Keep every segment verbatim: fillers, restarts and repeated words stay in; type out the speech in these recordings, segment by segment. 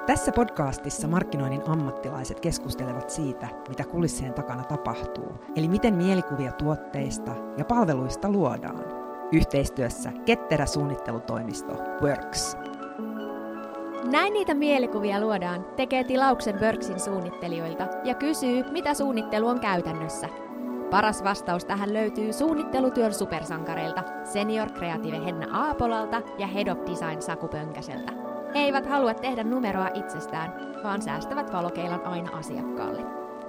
Tässä podcastissa markkinoinnin ammattilaiset keskustelevat siitä, mitä kulissien takana tapahtuu, eli miten mielikuvia tuotteista ja palveluista luodaan. Yhteistyössä ketterä suunnittelutoimisto Works. Näin niitä mielikuvia luodaan, tekee tilauksen Worksin suunnittelijoilta ja kysyy, mitä suunnittelu on käytännössä. Paras vastaus tähän löytyy suunnittelutyön supersankareilta, Senior Creative Henna Aapolalta ja Head of Design Saku Pönkäseltä. He eivät halua tehdä numeroa itsestään, vaan säästävät valokeilan aina asiakkaalle.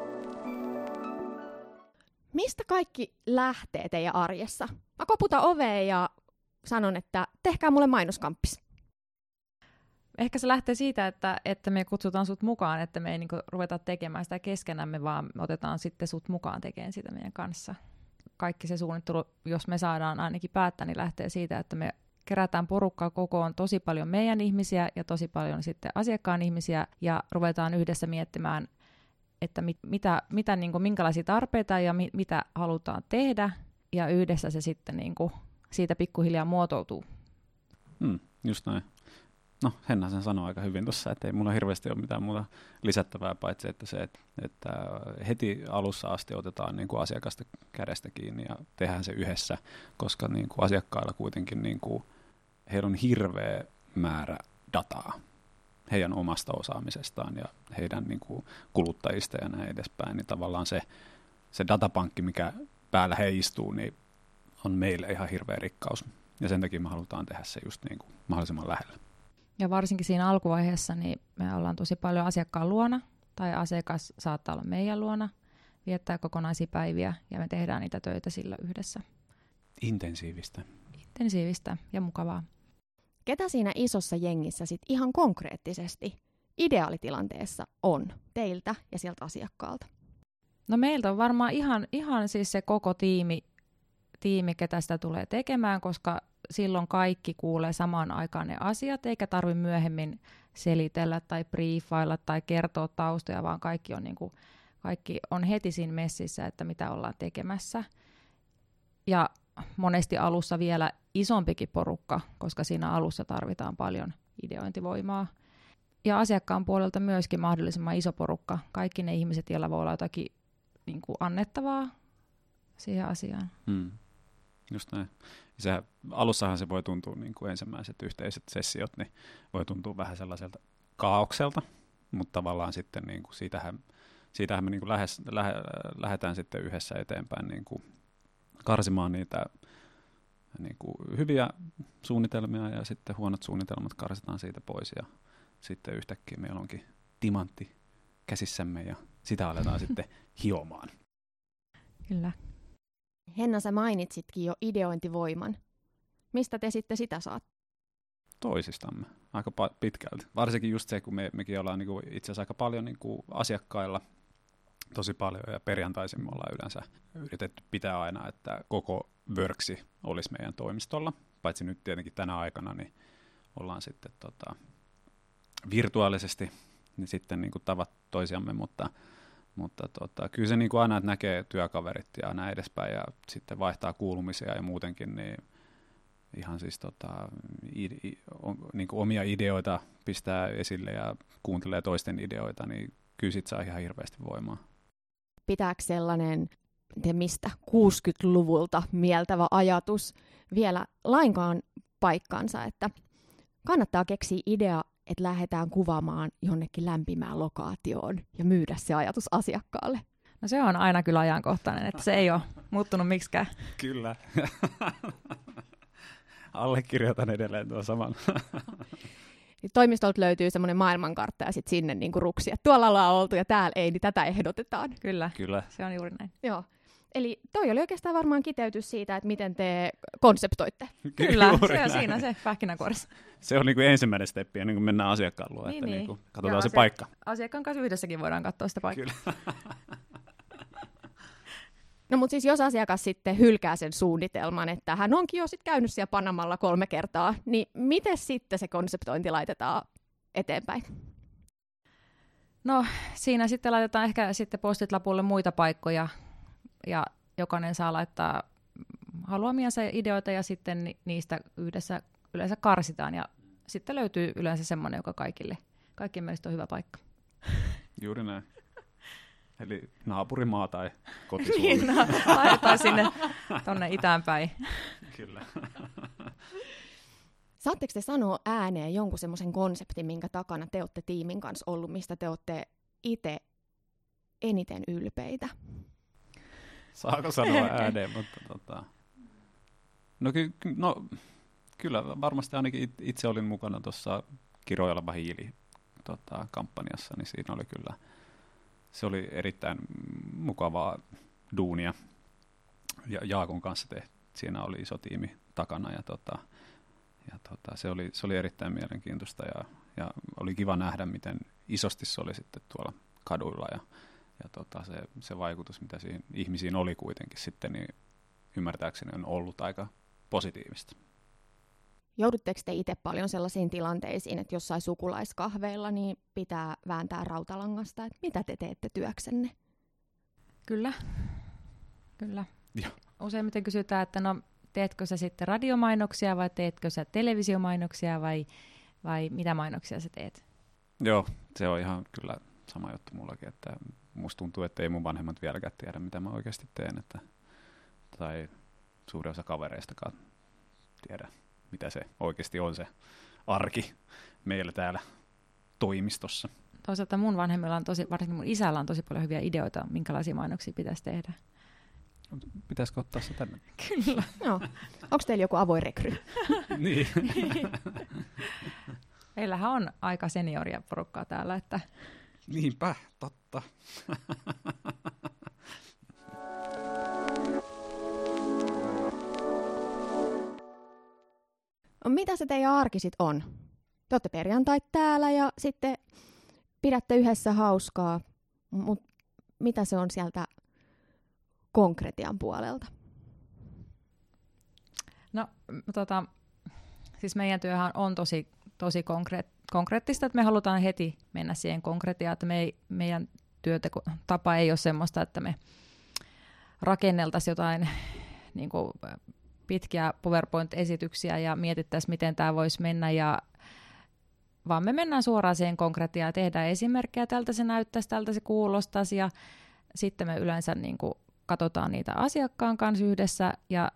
Mistä kaikki lähtee teidän arjessa? Mä koputan oveen ja sanon, että tehkää mulle mainoskamppis. Ehkä se lähtee siitä, että, että me kutsutaan sut mukaan, että me ei niinku ruveta tekemään sitä keskenämme, vaan me otetaan sitten sut mukaan tekemään sitä meidän kanssa. Kaikki se suunnittelu, jos me saadaan ainakin päättää, niin lähtee siitä, että me kerätään porukkaa kokoon tosi paljon meidän ihmisiä ja tosi paljon sitten asiakkaan ihmisiä ja ruvetaan yhdessä miettimään, että mit, mitä, mitä, niin kuin, minkälaisia tarpeita ja mi, mitä halutaan tehdä ja yhdessä se sitten niin kuin, siitä pikkuhiljaa muotoutuu. Hmm, just näin. No, Henna sen sanoi aika hyvin tuossa, että ei mulla hirveästi ole mitään muuta lisättävää, paitsi että se, että, että heti alussa asti otetaan niin kuin asiakasta kädestä kiinni ja tehdään se yhdessä, koska niin kuin asiakkailla kuitenkin niin kuin, heillä on hirveä määrä dataa heidän omasta osaamisestaan ja heidän niin kuin, kuluttajista ja näin edespäin, niin tavallaan se, se datapankki, mikä päällä he istuu, niin on meille ihan hirveä rikkaus. Ja sen takia me halutaan tehdä se just niin kuin mahdollisimman lähellä. Ja varsinkin siinä alkuvaiheessa niin me ollaan tosi paljon asiakkaan luona, tai asiakas saattaa olla meidän luona, viettää kokonaisia päiviä, ja me tehdään niitä töitä sillä yhdessä. Intensiivistä. Intensiivistä ja mukavaa. Ketä siinä isossa jengissä sit ihan konkreettisesti ideaalitilanteessa on teiltä ja sieltä asiakkaalta? No meiltä on varmaan ihan, ihan siis se koko tiimi, tiimi, ketä sitä tulee tekemään, koska silloin kaikki kuulee samaan aikaan ne asiat, eikä tarvitse myöhemmin selitellä tai briefailla tai kertoa taustoja, vaan kaikki on, niin kuin, kaikki on heti siinä messissä, että mitä ollaan tekemässä. Ja monesti alussa vielä isompikin porukka, koska siinä alussa tarvitaan paljon ideointivoimaa. Ja asiakkaan puolelta myöskin mahdollisimman iso porukka. Kaikki ne ihmiset, joilla voi olla jotakin niin kuin annettavaa siihen asiaan. Hmm. Just näin. Se, alussahan se voi tuntua, niin kuin ensimmäiset yhteiset sessiot, niin voi tuntua vähän sellaiselta kaaokselta, mutta tavallaan sitten niin kuin siitähän, siitähän me niin kuin lähes, lähe, lähdetään sitten yhdessä eteenpäin niin kuin karsimaan niitä niin kuin hyviä suunnitelmia ja sitten huonot suunnitelmat karsitaan siitä pois ja sitten yhtäkkiä meillä onkin timantti käsissämme ja sitä aletaan sitten hiomaan. Kyllä. Henna, sä mainitsitkin jo ideointivoiman. Mistä te sitten sitä saatte? Toisistamme aika pa- pitkälti. Varsinkin just se, kun me, mekin ollaan niinku itse asiassa aika paljon niinku asiakkailla tosi paljon ja perjantaisin me ollaan yleensä yritetty pitää aina, että koko Worksi olisi meidän toimistolla. Paitsi nyt tietenkin tänä aikana niin ollaan sitten tota, virtuaalisesti niin sitten niinku tavat toisiamme, mutta Mutta tota, kyllä se niin kuin aina, että näkee työkaverit ja näin edespäin ja sitten vaihtaa kuulumisia ja muutenkin, niin ihan siis tota, i, on, niin kuin omia ideoita pistää esille ja kuuntelee toisten ideoita, niin kyllä sit saa ihan hirveästi voimaa. Pitääkö sellainen, te mistä kuusikymmentäluvulta mieltävä ajatus vielä lainkaan paikkansa, että kannattaa keksiä idea, että lähdetään kuvaamaan jonnekin lämpimään lokaatioon ja myydä se ajatus asiakkaalle? No se on aina kyllä ajankohtainen, että se ei ole muuttunut miksikään. Kyllä. Allekirjoitan edelleen tuon saman. Toimistolta löytyy semmoinen maailmankartta ja sitten sinne niinku ruksia. Tuolla ollaan oltu ja täällä ei, niin tätä ehdotetaan. Kyllä, Kyllä. Se on juuri näin. Joo. Eli toi oli oikeastaan varmaan kiteytys siitä, että miten te konseptoitte. Kyllä, se on siinä se pähkinänkuoressa. Se on niin kuin ensimmäinen steppi, ennen kuin mennään asiakkaan luo, Niin, että niin. Niin kuin katsotaan Joo, se asiak- paikka. Asiakkaan kanssa yhdessäkin voidaan katsoa sitä paikkaa. Kyllä. No mutta siis jos asiakas sitten hylkää sen suunnitelman, että hän onkin jo sitten käynyt siellä Panamalla kolme kertaa, niin miten sitten se konseptointi laitetaan eteenpäin? No siinä sitten laitetaan ehkä sitten post-it-lapulle muita paikkoja ja jokainen saa laittaa haluamiansa ideoita ja sitten niistä yhdessä yleensä karsitaan ja sitten löytyy yleensä semmoinen, joka kaikille, kaikkien mielestä on hyvä paikka. Juuri näin. Eli naapurimaa tai kotisuomi. Niin, no, laitetaan sinne tuonne itään päin. Kyllä. Saatteko te sanoa ääneen jonkun semmoisen konseptin, minkä takana te olette tiimin kanssa ollut, mistä te olette itse eniten ylpeitä? Saako sanoa ääneen, mutta tota... No, ky- no kyllä varmasti ainakin itse olin mukana tuossa Kiroileva hiili tota, kampanjassa, niin siinä oli kyllä, se oli erittäin mukavaa duunia. Ja Jaakon kanssa tehtiin, siinä oli iso tiimi takana ja, tota, ja tota, se, oli, se oli erittäin mielenkiintoista ja, ja oli kiva nähdä, miten isosti se oli sitten tuolla kaduilla ja, ja tota, se, se vaikutus, mitä siihen ihmisiin oli kuitenkin sitten, niin ymmärtääkseni on ollut aika positiivista. Joudutteko te itse paljon sellaisiin tilanteisiin, että jossain sukulaiskahveilla niin pitää vääntää rautalangasta, että mitä te teette työksenne? Kyllä, kyllä. Joo. Useimmiten kysytään, että no teetkö sä sitten radiomainoksia vai teetkö sä televisiomainoksia vai, vai mitä mainoksia sä teet? Joo, se on ihan kyllä sama juttu mullakin, että musta tuntuu, että ei mun vanhemmat vieläkään tiedä, mitä mä oikeasti teen, että, tai suurin osa kavereistakaan tiedä, mitä se oikeasti on se arki meillä täällä toimistossa. Toisaalta mun vanhemmilla on tosi, varsinkin mun isällä on tosi paljon hyviä ideoita, minkälaisia mainoksia pitäisi tehdä. Pitäisikö ottaa se tänne? Kyllä. No, onko teillä joku avoin rekry? Niin. Meillähän on aika senioria porukkaa täällä, että... Niinpä, totta. Mitä se teidän arki sit on? Te olette perjantait täällä ja sitten pidätte yhdessä hauskaa, mutta mitä se on sieltä konkretian puolelta? No, tota, siis meidän työhän on tosi, tosi konkreettista. konkreettista, että me halutaan heti mennä siihen konkretiaan, että me ei, meidän työtapa ei ole semmoista, että me rakenneltaisiin jotain niin kuin pitkiä PowerPoint-esityksiä ja mietittäisiin, miten tämä voisi mennä, ja vaan me mennään suoraan siihen konkretiaan ja tehdään esimerkkejä, tältä se näyttäisi, tältä se kuulostaisi, ja sitten me yleensä niin kuin katsotaan niitä asiakkaan kanssa yhdessä, ja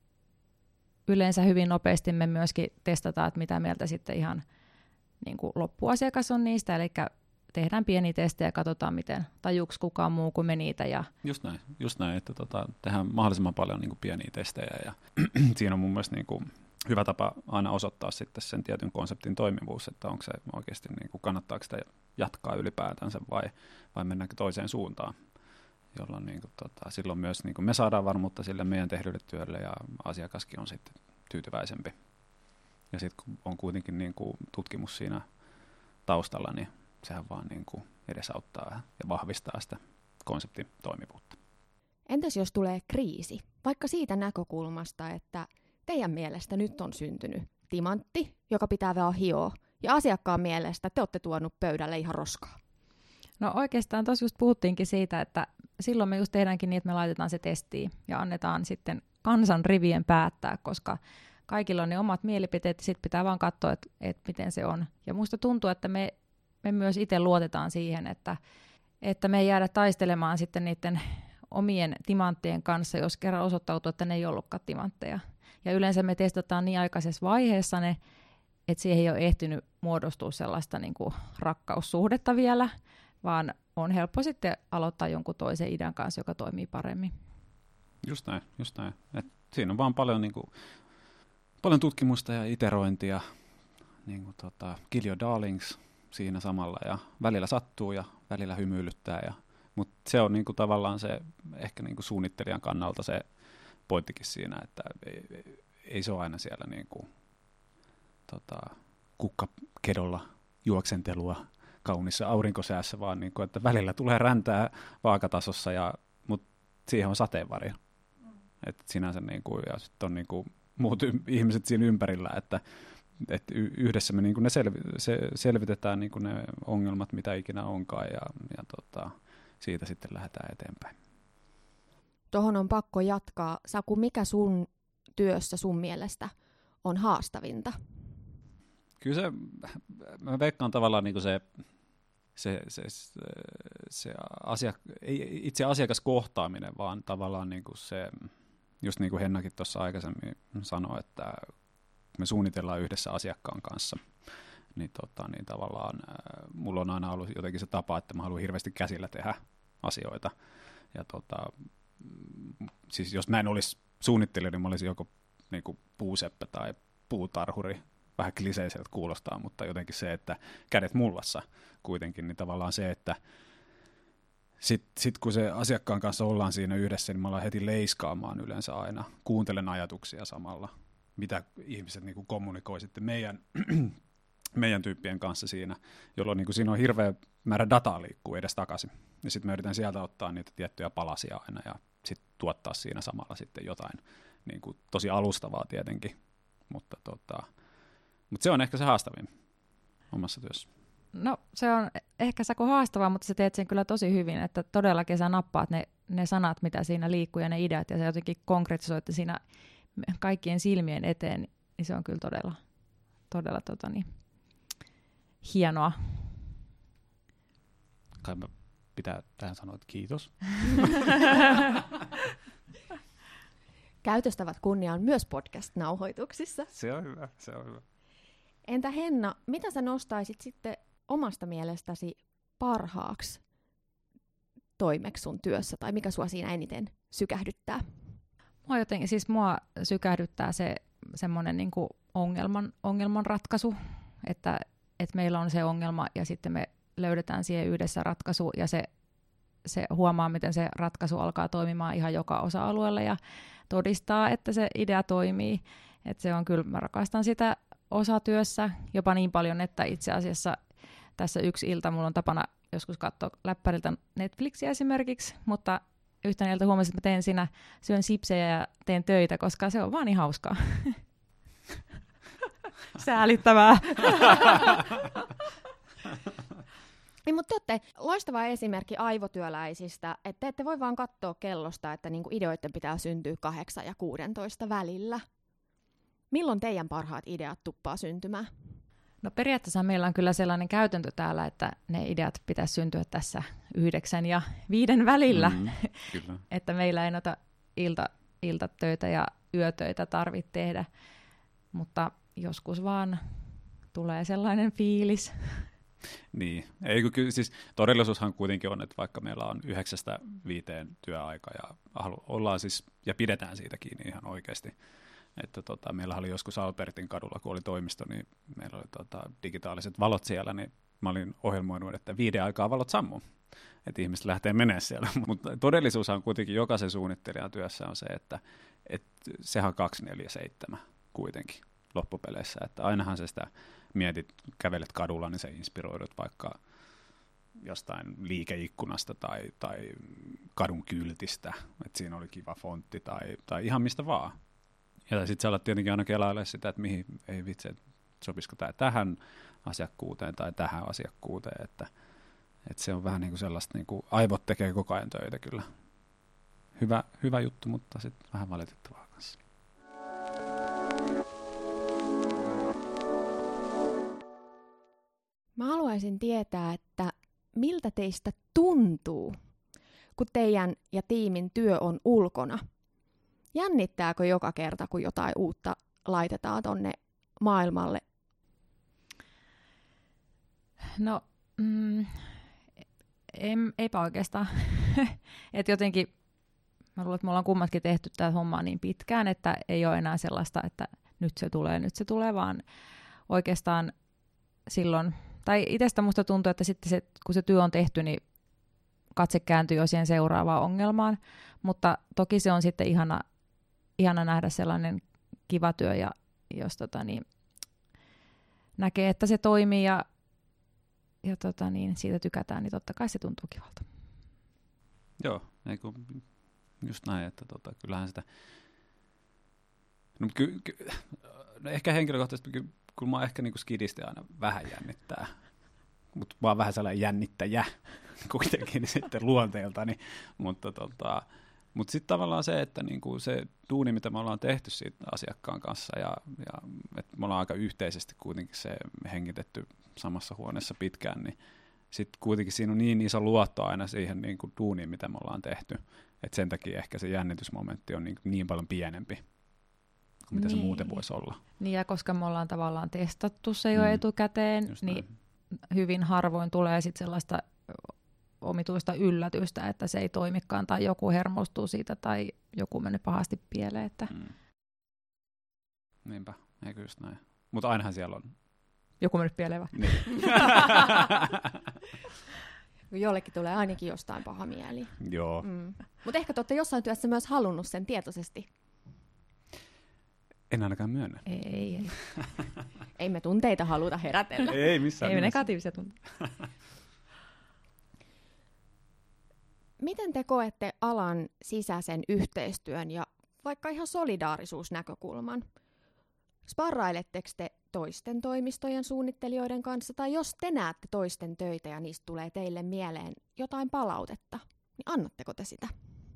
yleensä hyvin nopeasti me myöskin testataan, että mitä mieltä sitten ihan niin kuin loppuasiakas on niistä, eli tehdään pieniä testejä ja katsotaan, miten tajuuks kukaan muu kuin me niitä. Ja... Just näin, just näin, että tota, tehdään mahdollisimman paljon niin kuin pieniä testejä, ja siinä on mun mielestä niin kuin hyvä tapa aina osoittaa sitten sen tietyn konseptin toimivuus, että onko se oikeasti, niin kuin, kannattaako sitä jatkaa ylipäätänsä vai, vai mennäänkö toiseen suuntaan, jolloin niin kuin, tota, silloin myös niin kuin me saadaan varmuutta sille meidän tehdylle työlle ja asiakaskin on sitten tyytyväisempi. Ja sitten kun on kuitenkin niin kuin tutkimus siinä taustalla, niin sehän vaan niin kuin edesauttaa ja vahvistaa sitä konseptin toimivuutta. Entäs jos tulee kriisi? Vaikka siitä näkökulmasta, että teidän mielestä nyt on syntynyt timantti, joka pitää vaan hioa, ja asiakkaan mielestä te olette tuonut pöydälle ihan roskaa. No oikeastaan tuossa just puhuttiinkin siitä, että silloin me just tehdäänkin niin, että me laitetaan se testiin ja annetaan sitten kansan rivien päättää, koska kaikilla on ne omat mielipiteet ja sitten pitää vaan katsoa, että, että miten se on. Ja musta tuntuu, että me, me myös itse luotetaan siihen, että, että me ei jäädä taistelemaan sitten niiden omien timanttien kanssa, jos kerran osoittautuu, että ne ei ollutkaan timantteja. Ja yleensä me testataan niin aikaisessa vaiheessa ne, että siihen ei ole ehtinyt muodostua sellaista niin kuin rakkaussuhdetta vielä, vaan on helppo sitten aloittaa jonkun toisen idean kanssa, joka toimii paremmin. Just näin, just näin. Et siinä on vaan paljon, niin kuin, paljon tutkimusta ja iterointia, niin kuin tota, kill your darlings siinä samalla, ja välillä sattuu ja välillä hymyilyttää, ja, mutta se on niin kuin, tavallaan se ehkä niin kuin suunnittelijan kannalta se pointtikin siinä, että ei, ei se ole aina siellä niin kuin, tota, kukkakedolla juoksentelua kaunissa aurinkosäässä, vaan niin kuin, että välillä tulee räntää vaakatasossa, ja, mutta siihen on sateenvarjo. Että sinänsä niin kuin, ja sitten on niin kuin muut y- ihmiset siinä ympärillä, että, että y- yhdessä me niin kuin ne selvi- se selvitetään niin kuin ne ongelmat, mitä ikinä onkaan, ja, ja tota, siitä sitten lähdetään eteenpäin. Tuohon on pakko jatkaa. Saku, mikä sun työssä sun mielestä on haastavinta? kyllä se, mä veikkaan tavallaan niin kuin se, se, se, se, se asia, ei itse asiakaskohtaaminen, vaan tavallaan niin kuin se, just niin kuin Hennakin tuossa aikaisemmin sanoi, että me suunnitellaan yhdessä asiakkaan kanssa, niin, tota, niin tavallaan äh, mulla on aina ollut jotenkin se tapa, että mä haluan hirveästi käsillä tehdä asioita. Ja tota, siis jos mä en olisi suunnittelija, niin mä olisin joko niin kuin puuseppä tai puutarhuri. Vähän kliseiseltä kuulostaa, mutta jotenkin se, että kädet mullassa kuitenkin, niin tavallaan se, että sitten sit kun se asiakkaan kanssa ollaan siinä yhdessä, niin mä ollaan heti leiskaamaan yleensä aina. Kuuntelen ajatuksia samalla, mitä ihmiset niin kuin kommunikoi sitten meidän, meidän tyyppien kanssa siinä, jolloin niin kuin siinä on hirveä määrä dataa liikkuu edes takaisin. Ja sitten mä yritän sieltä ottaa niitä tiettyjä palasia aina ja sitten tuottaa siinä samalla sitten jotain niin kuin tosi alustavaa tietenkin, mutta tota, Mutta se on ehkä se haastavin omassa työssä. No se on ehkä sä haastavaa, mutta sä teet sen kyllä tosi hyvin, että todellakin sä nappaat ne, ne sanat, mitä siinä liikkuu ja ne ideat, ja sä jotenkin konkretisoitte siinä kaikkien silmien eteen, niin se on kyllä todella, todella tota niin, hienoa. Kai mä pitää tähän sanoa, että kiitos. Käytöstävät kunniaan myös podcast-nauhoituksissa. Se on hyvä, se on hyvä. Entä Henna, mitä sä nostaisit sitten omasta mielestäsi parhaaksi toimeksi sun työssä, tai mikä sua siinä eniten sykähdyttää? Mua jotenkin, siis mua sykähdyttää se semmoinen niin kuin ongelman, ongelman ratkaisu, että, että meillä on se ongelma ja sitten me löydetään siihen yhdessä ratkaisu ja se, se huomaa, miten se ratkaisu alkaa toimimaan ihan joka osa-alueella ja todistaa, että se idea toimii. Että se on kyllä, mä rakastan sitä osatyössä jopa niin paljon, että itse asiassa tässä yksi ilta mulla on tapana joskus katsoa läppäriltä Netflixiä esimerkiksi, mutta yhtenä ilta huomasin, että mä teen siinä, syön sipsejä ja teen töitä, koska se on vaan niin hauskaa. Säälittävää. Niin, mutta te olette loistava esimerkki aivotyöläisistä, että te ette voi vaan katsoa kellosta, että niinku ideoiden pitää syntyä kahdeksan ja kuudentoista välillä. Milloin teidän parhaat ideat tuppaa syntymään? No periaatteessa meillä on kyllä sellainen käytäntö täällä, että ne ideat pitäisi syntyä tässä yhdeksän ja viiden välillä. Mm, kyllä. Että meillä ei noita ilta, iltatöitä ja yötöitä tarvitse tehdä, mutta joskus vaan tulee sellainen fiilis. Niin, ei kun kyllä, siis todellisuushan kuitenkin on, että vaikka meillä on yhdeksästä viiteen työaika ja halu, ollaan siis, ja pidetään siitä kiinni ihan oikeasti, että tota, meillä oli joskus Albertin kadulla, kun oli toimisto, niin meillä oli tota, digitaaliset valot siellä, niin mä olin ohjelmoinut, että viiden aikaa valot sammuu, että ihmiset lähtee menemään siellä, mutta todellisuushan kuitenkin jokaisen suunnittelijan työssä on se, että et, sehän on kaksi neljä seitsemän kuitenkin loppupeleissä, että ainahan se sitä mietit, kävelet kadulla, niin sä inspiroidut vaikka jostain liikeikkunasta tai, tai kadun kyltistä, että siinä oli kiva fontti tai, tai ihan mistä vaan. Ja sitten sä alat tietenkin aina kelailla sitä, että mihin ei vitsi, että sopisiko tämä tähän asiakkuuteen tai tähän asiakkuuteen, että, että se on vähän niin kuin sellaista, niin kuin aivot tekee koko ajan töitä kyllä. Hyvä, hyvä juttu, mutta sitten vähän valitettavaa kanssa. Mä haluaisin tietää, että miltä teistä tuntuu, kun teidän ja tiimin työ on ulkona? Jännittääkö joka kerta, kun jotain uutta laitetaan tonne maailmalle? No, mm, en, eipä oikeastaan. Et jotenkin, mä luulen, että me ollaan kummatkin tehty tätä hommaa niin pitkään, että ei ole enää sellaista, että nyt se tulee, nyt se tulee, vaan oikeastaan silloin, tai itsestä musta tuntuu, että sitten se, kun se työ on tehty, niin katse kääntyy jo siihen seuraavaan ongelmaan, mutta toki se on sitten ihana, ihana nähdä sellainen kiva työ, ja jos tota, niin, näkee, että se toimii ja, ja tota, niin, siitä tykätään, niin totta kai se tuntuu kivalta. Joo, eiku, just näin, että tota, kyllähän sitä, no, ky, ky, no ehkä henkilökohtaisesti, ky, kun mä ehkä niinku skidisti aina vähän jännittää, mutta mä oon vähän sellainen jännittäjä kuitenkin sitten luonteeltani, mutta tota, Mutta sitten tavallaan se, että niinku se duuni, mitä me ollaan tehty siitä asiakkaan kanssa, ja, ja että me ollaan aika yhteisesti kuitenkin se hengitetty samassa huoneessa pitkään, niin sitten kuitenkin siinä on niin iso luotto aina siihen niinku duuniin, mitä me ollaan tehty, että sen takia ehkä se jännitysmomentti on niin, niin paljon pienempi kuin mitä niin. se muuten voisi olla. Niin, ja koska me ollaan tavallaan testattu se jo mm. etukäteen, Just niin näin. Hyvin harvoin tulee sitten sellaista omituista yllätystä, että se ei toimikaan, tai joku hermostuu siitä, tai joku menee pahasti pieleen. Että... Mm. Niinpä, eikö just näin. Mutta ainahan siellä on. Joku mennyt pieleen vai? Niin. Jollekin tulee ainakin jostain paha mieli. Joo. Mm. Mutta ehkä te olette jossain työssä myös halunnut sen tietoisesti. En ainakaan myönnä. Ei, ei. Ei me tunteita haluta herätellä. Ei missään. Ei me negatiivisia tunteita. Miten te koette alan sisäisen yhteistyön ja vaikka ihan solidaarisuusnäkökulman? Sparrailetteko te toisten toimistojen suunnittelijoiden kanssa, tai jos te näette toisten töitä ja niistä tulee teille mieleen jotain palautetta, niin annatteko te sitä?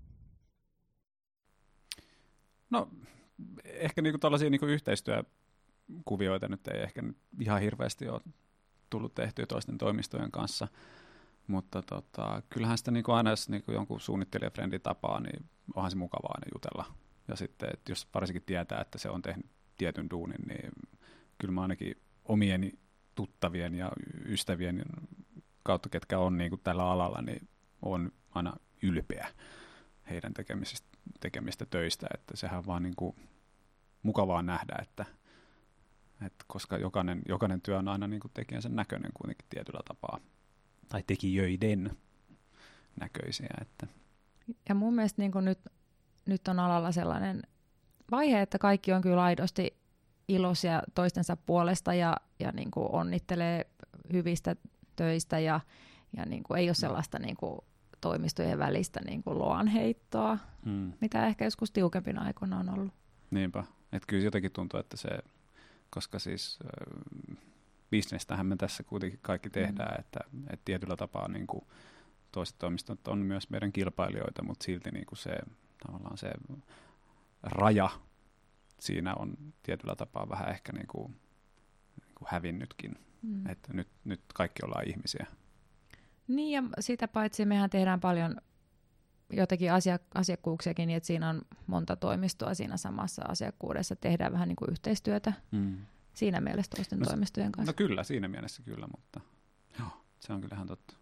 No, ehkä niinku tällaisia niinku yhteistyökuvioita nyt ei ehkä nyt ihan hirveästi ole tullut tehtyä toisten toimistojen kanssa, mutta tota, kyllähän sitä niinku aina, jos niinku jonkun suunnittelijafrendi tapaa, niin onhan se mukavaa aina jutella. Ja sitten, että jos varsinkin tietää, että se on tehnyt tietyn duunin, niin kyllä mä ainakin omien tuttavien ja ystävien kautta, ketkä on niin kuin tällä alalla, niin on aina ylpeä heidän tekemistä, tekemistä töistä, että sehän on vaan niin kuin mukavaa nähdä, että, että koska jokainen, jokainen työ on aina niin kuin tekijänsä näköinen kuitenkin tietyllä tapaa, tai tekijöiden näköisiä. Että. Ja mun mielestä niin kuin nyt, nyt on alalla sellainen vaihe, että kaikki on kyllä aidosti iloisia toistensa puolesta ja, ja niin kuin onnittelee hyvistä töistä ja, ja niin kuin ei ole sellaista niin kuin toimistojen välistä niin kuin loanheittoa, hmm. mitä ehkä joskus tiukempina aikoina on ollut. Niinpä, että kyllä jotenkin tuntuu, että se, koska siis äh, bisnestähän me tässä kuitenkin kaikki tehdään, hmm. että, että tietyllä tapaa niin kuin toiset toimistot on myös meidän kilpailijoita, mutta silti niin kuin se tavallaan se raja siinä on tietyllä tapaa vähän ehkä niin kuin, niin kuin hävinnytkin, mm. että nyt, nyt kaikki ollaan ihmisiä. Niin, ja sitä paitsi mehän tehdään paljon jotakin asiak- asiakkuuksiakin, niin että siinä on monta toimistoa siinä samassa asiakkuudessa, tehdään vähän niin kuin yhteistyötä mm. siinä mielessä toisten no, toimistojen kanssa. No kyllä, siinä mielessä kyllä, mutta joo, se on kyllähän totta.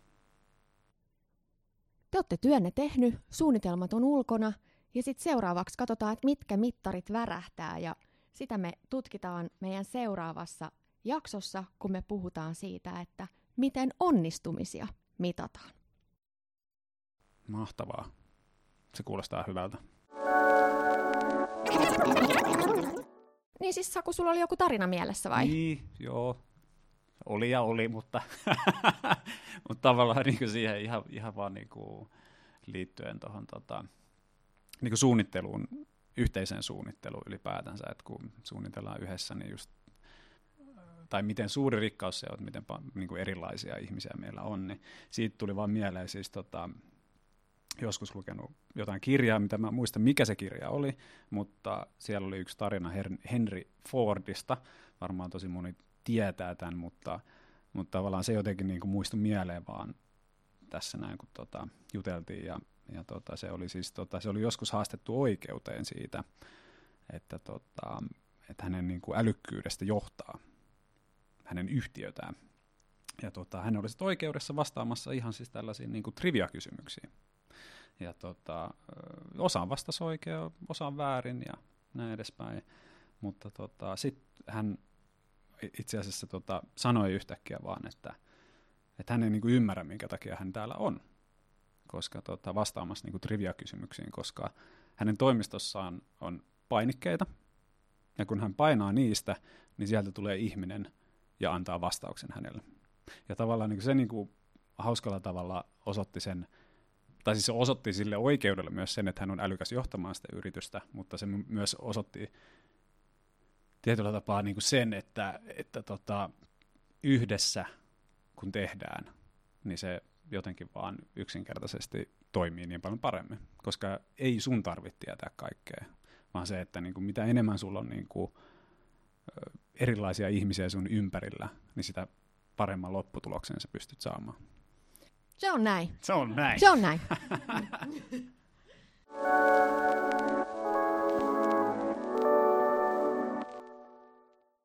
Te olette työnne tehnyt, suunnitelmat on ulkona, ja sitten seuraavaksi katsotaan, että mitkä mittarit värähtää, ja sitä me tutkitaan meidän seuraavassa jaksossa, kun me puhutaan siitä, että miten onnistumisia mitataan. Mahtavaa. Se kuulostaa hyvältä. Niin siis Saku, sulla oli joku tarina mielessä vai? Niin, joo. Oli ja oli, mutta, mutta tavallaan niin kuin siihen ihan, ihan vaan niin kuin liittyen tuohon tota, niin kuin suunnitteluun, yhteiseen suunnitteluun ylipäätänsä, että kun suunnitellaan yhdessä, niin just, tai miten suuri rikkaus se on, miten niin kuin erilaisia ihmisiä meillä on, niin siitä tuli vaan mieleen siis tota, joskus lukenut jotain kirjaa, mitä mä muistan, mikä se kirja oli, mutta siellä oli yksi tarina Henry Fordista, varmaan tosi moni tietää tämän, mutta, mutta tavallaan se jotenkin niin kuin muistui mieleen vaan tässä näin, kun tota, juteltiin, ja, ja tota, se oli siis tota, se oli joskus haastettu oikeuteen siitä, että, tota, että hänen niin kuin älykkyydestä johtaa hänen yhtiötään. Ja tota, hän oli sitten oikeudessa vastaamassa ihan siis tällaisiin niin kuin trivia-kysymyksiin. Ja tota, osaan vastasi oikein, osaan väärin ja näin edespäin. Mutta tota, sitten hän itse asiassa tota, sanoi yhtäkkiä vaan, että, että hän ei niin kuin ymmärrä, minkä takia hän täällä on, koska tota, vastaamassa niin kuin trivia-kysymyksiin, koska hänen toimistossaan on painikkeita, ja kun hän painaa niistä, niin sieltä tulee ihminen ja antaa vastauksen hänelle. Ja tavallaan niin kuin se niin kuin hauskalla tavalla osoitti sen, tai siis se osoitti sille oikeudelle myös sen, että hän on älykäs johtamaan sitä yritystä, mutta se myös osoitti tietyllä tapaa niin kuin sen, että, että tota, yhdessä kun tehdään, niin se jotenkin vaan yksinkertaisesti toimii niin paljon paremmin, koska ei sun tarvitse tietää kaikkea, vaan se, että niin kuin mitä enemmän sulla on niin kuin erilaisia ihmisiä sun ympärillä, niin sitä paremman lopputuloksen sä pystyt saamaan. Se on näin. Se on näin. Se on näin.